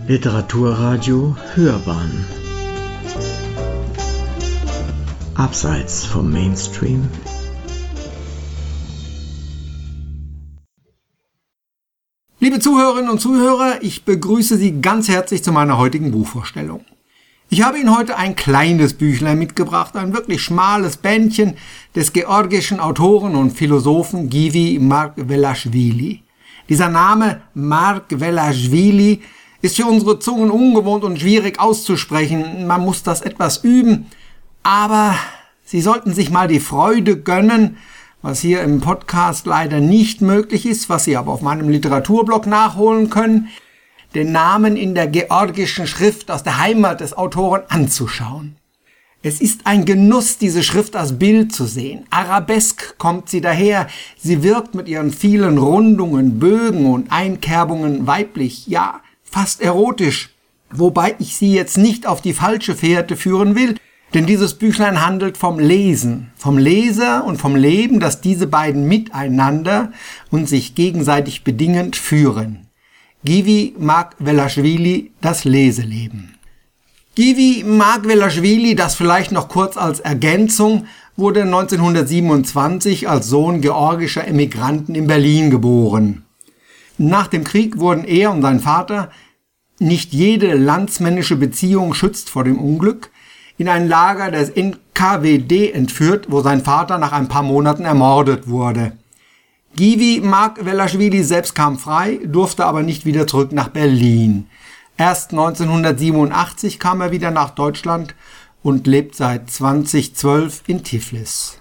Literaturradio Hörbahn Abseits vom Mainstream. Liebe Zuhörerinnen und Zuhörer, ich begrüße Sie ganz herzlich zu meiner heutigen Buchvorstellung. Ich habe Ihnen heute ein kleines Büchlein mitgebracht, ein wirklich schmales Bändchen des georgischen Autoren und Philosophen Givi Margvelashvili. Dieser Name Margvelashvili ist für unsere Zungen ungewohnt und schwierig auszusprechen. Man muss das etwas üben, aber Sie sollten sich mal die Freude gönnen, was hier im Podcast leider nicht möglich ist, was Sie aber auf meinem Literaturblog nachholen können, den Namen in der georgischen Schrift aus der Heimat des Autoren anzuschauen. Es ist ein Genuss, diese Schrift als Bild zu sehen. Arabesk kommt sie daher. Sie wirkt mit ihren vielen Rundungen, Bögen und Einkerbungen weiblich, ja, fast erotisch. Wobei ich Sie jetzt nicht auf die falsche Fährte führen will, denn dieses Büchlein handelt vom Lesen, vom Leser und vom Leben, das diese beiden miteinander und sich gegenseitig bedingend führen. Givi Margvelashvili, das Leseleben. Givi Margvelashvili, das vielleicht noch kurz als Ergänzung, wurde 1927 als Sohn georgischer Emigranten in Berlin geboren. Nach dem Krieg wurden er und sein Vater, nicht jede landsmännische Beziehung schützt vor dem Unglück, in ein Lager des NKWD entführt, wo sein Vater nach ein paar Monaten ermordet wurde. Givi Margvelashvili selbst kam frei, durfte aber nicht wieder zurück nach Berlin. Erst 1987 kam er wieder nach Deutschland und lebt seit 2012 in Tiflis.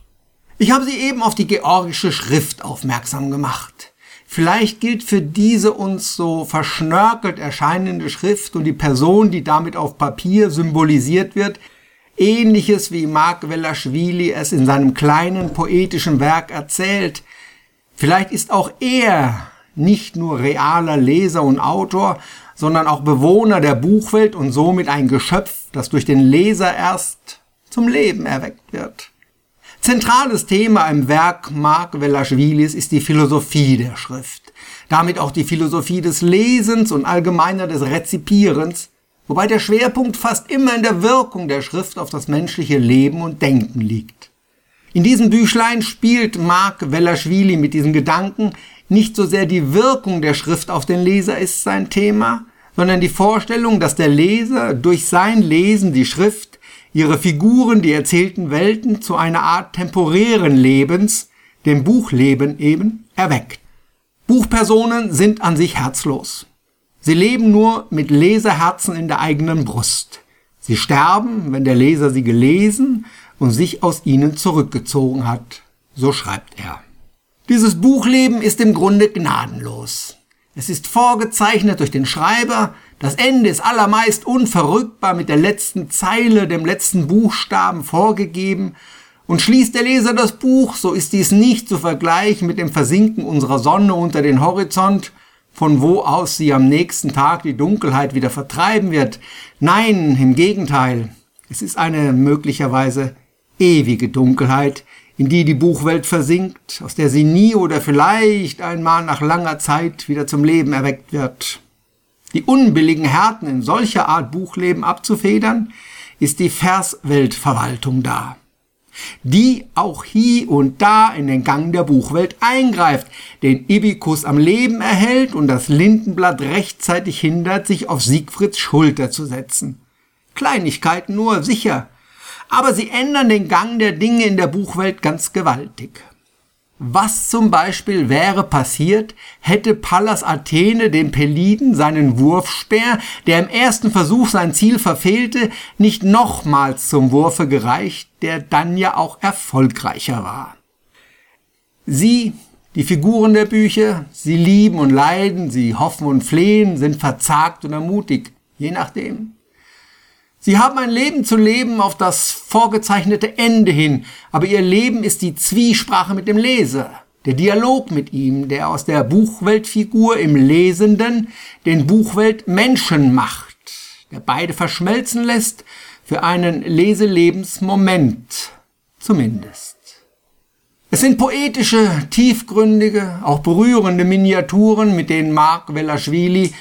Ich habe Sie eben auf die georgische Schrift aufmerksam gemacht. Vielleicht gilt für diese uns so verschnörkelt erscheinende Schrift und die Person, die damit auf Papier symbolisiert wird, Ähnliches wie Margvelashvili es in seinem kleinen poetischen Werk erzählt. Vielleicht ist auch er nicht nur realer Leser und Autor, sondern auch Bewohner der Buchwelt und somit ein Geschöpf, das durch den Leser erst zum Leben erweckt wird. Zentrales Thema im Werk Margvelashvilis ist die Philosophie der Schrift, damit auch die Philosophie des Lesens und allgemeiner des Rezipierens, wobei der Schwerpunkt fast immer in der Wirkung der Schrift auf das menschliche Leben und Denken liegt. In diesem Büchlein spielt Margvelashvili mit diesem Gedanken, nicht so sehr die Wirkung der Schrift auf den Leser ist sein Thema, sondern die Vorstellung, dass der Leser durch sein Lesen die Schrift, ihre Figuren, die erzählten Welten zu einer Art temporären Lebens, dem Buchleben eben, erweckt. Buchpersonen sind an sich herzlos. Sie leben nur mit Leserherzen in der eigenen Brust. Sie sterben, wenn der Leser sie gelesen und sich aus ihnen zurückgezogen hat. So schreibt er. Dieses Buchleben ist im Grunde gnadenlos. Es ist vorgezeichnet durch den Schreiber, das Ende ist allermeist unverrückbar mit der letzten Zeile, dem letzten Buchstaben vorgegeben, und schließt der Leser das Buch, so ist dies nicht zu vergleichen mit dem Versinken unserer Sonne unter den Horizont, von wo aus sie am nächsten Tag die Dunkelheit wieder vertreiben wird. Nein, im Gegenteil, es ist eine möglicherweise ewige Dunkelheit, in die die Buchwelt versinkt, aus der sie nie oder vielleicht einmal nach langer Zeit wieder zum Leben erweckt wird. Die unbilligen Härten in solcher Art Buchleben abzufedern, ist die Versweltverwaltung da, die auch hier und da in den Gang der Buchwelt eingreift, den Ibikus am Leben erhält und das Lindenblatt rechtzeitig hindert, sich auf Siegfrieds Schulter zu setzen. Kleinigkeiten nur, sicher, aber sie ändern den Gang der Dinge in der Buchwelt ganz gewaltig. Was zum Beispiel wäre passiert, hätte Pallas Athene dem Peliden seinen Wurfspeer, der im ersten Versuch sein Ziel verfehlte, nicht nochmals zum Wurfe gereicht, der dann ja auch erfolgreicher war. Sie, die Figuren der Bücher, sie lieben und leiden, sie hoffen und flehen, sind verzagt oder mutig, je nachdem. Sie haben ein Leben zu leben auf das vorgezeichnete Ende hin, aber ihr Leben ist die Zwiesprache mit dem Leser, der Dialog mit ihm, der aus der Buchweltfigur im Lesenden den Buchweltmenschen macht, der beide verschmelzen lässt für einen Leselebensmoment zumindest. Es sind poetische, tiefgründige, auch berührende Miniaturen, mit denen Margvelashvili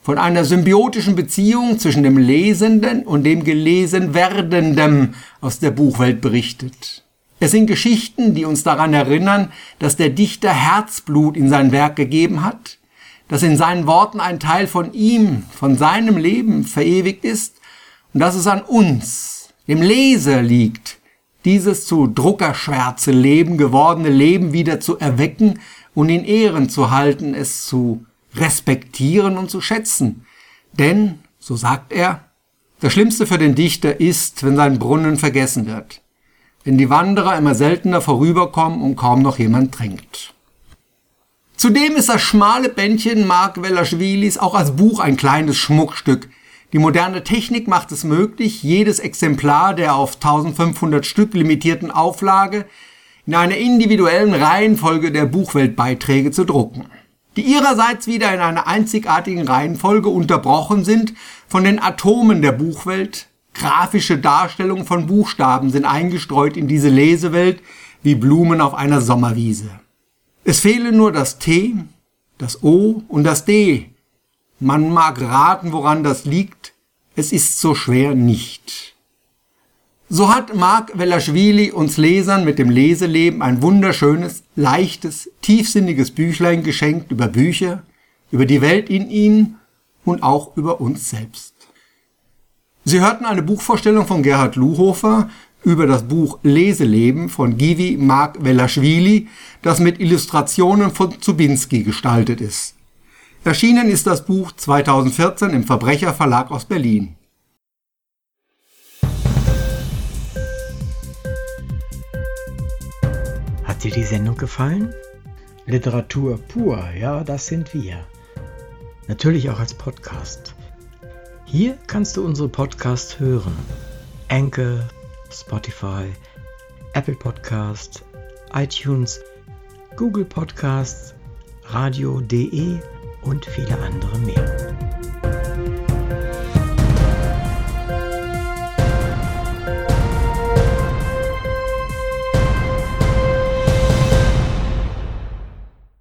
von einer symbiotischen Beziehung zwischen dem Lesenden und dem Gelesen-Werdenden aus der Buchwelt berichtet. Es sind Geschichten, die uns daran erinnern, dass der Dichter Herzblut in sein Werk gegeben hat, dass in seinen Worten ein Teil von ihm, von seinem Leben verewigt ist und dass es an uns, dem Leser, liegt, dieses zu Druckerschwärze Leben gewordene Leben wieder zu erwecken und in Ehren zu halten, es zu respektieren und zu schätzen. Denn, so sagt er, das Schlimmste für den Dichter ist, wenn sein Brunnen vergessen wird, wenn die Wanderer immer seltener vorüberkommen und kaum noch jemand trinkt. Zudem ist das schmale Bändchen Mark Welaschwilis auch als Buch ein kleines Schmuckstück. Die moderne Technik macht es möglich, jedes Exemplar der auf 1500 Stück limitierten Auflage in einer individuellen Reihenfolge der Buchweltbeiträge zu drucken, die ihrerseits wieder in einer einzigartigen Reihenfolge unterbrochen sind von den Atomen der Buchwelt. Grafische Darstellungen von Buchstaben sind eingestreut in diese Lesewelt wie Blumen auf einer Sommerwiese. Es fehle nur das T, das O und das D. Man mag raten, woran das liegt. Es ist so schwer nicht. So hat Mark Welaschwili uns Lesern mit dem Leseleben ein wunderschönes, leichtes, tiefsinniges Büchlein geschenkt über Bücher, über die Welt in ihnen und auch über uns selbst. Sie hörten eine Buchvorstellung von Gerhard Luhofer über das Buch Leseleben von Givi Mark Welaschwili, das mit Illustrationen von Zubinski gestaltet ist. Erschienen ist das Buch 2014 im Verbrecherverlag aus Berlin. Hat dir die Sendung gefallen? Literatur pur, ja, das sind wir. Natürlich auch als Podcast. Hier kannst du unsere Podcasts hören. Anchor, Spotify, Apple Podcasts, iTunes, Google Podcasts, radio.de und viele andere mehr.